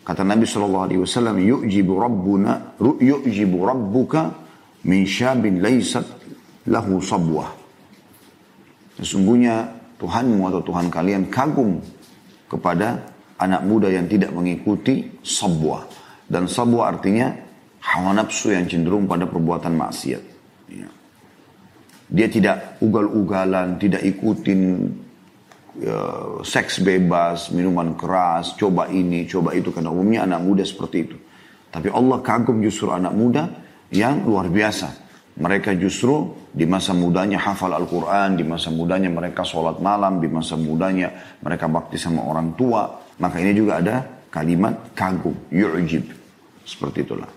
Kata Nabi SAW, yu'jibu rabbuka min syabin laysat lahu sabwah. Sesungguhnya Tuhanmu atau Tuhan kalian kagum kepada anak muda yang tidak mengikuti sabwah. Dan sabwah artinya hawa nafsu yang cenderung pada perbuatan maksiat. Ya. Dia tidak ugal-ugalan, tidak ikutin seks bebas, minuman keras, coba ini, coba itu. Karena umumnya anak muda seperti itu. Tapi Allah kagum justru anak muda yang luar biasa. Mereka justru di masa mudanya hafal Al-Quran, di masa mudanya mereka sholat malam, di masa mudanya mereka bakti sama orang tua. Maka ini juga ada kalimat kagum, yu'jib. Seperti itulah.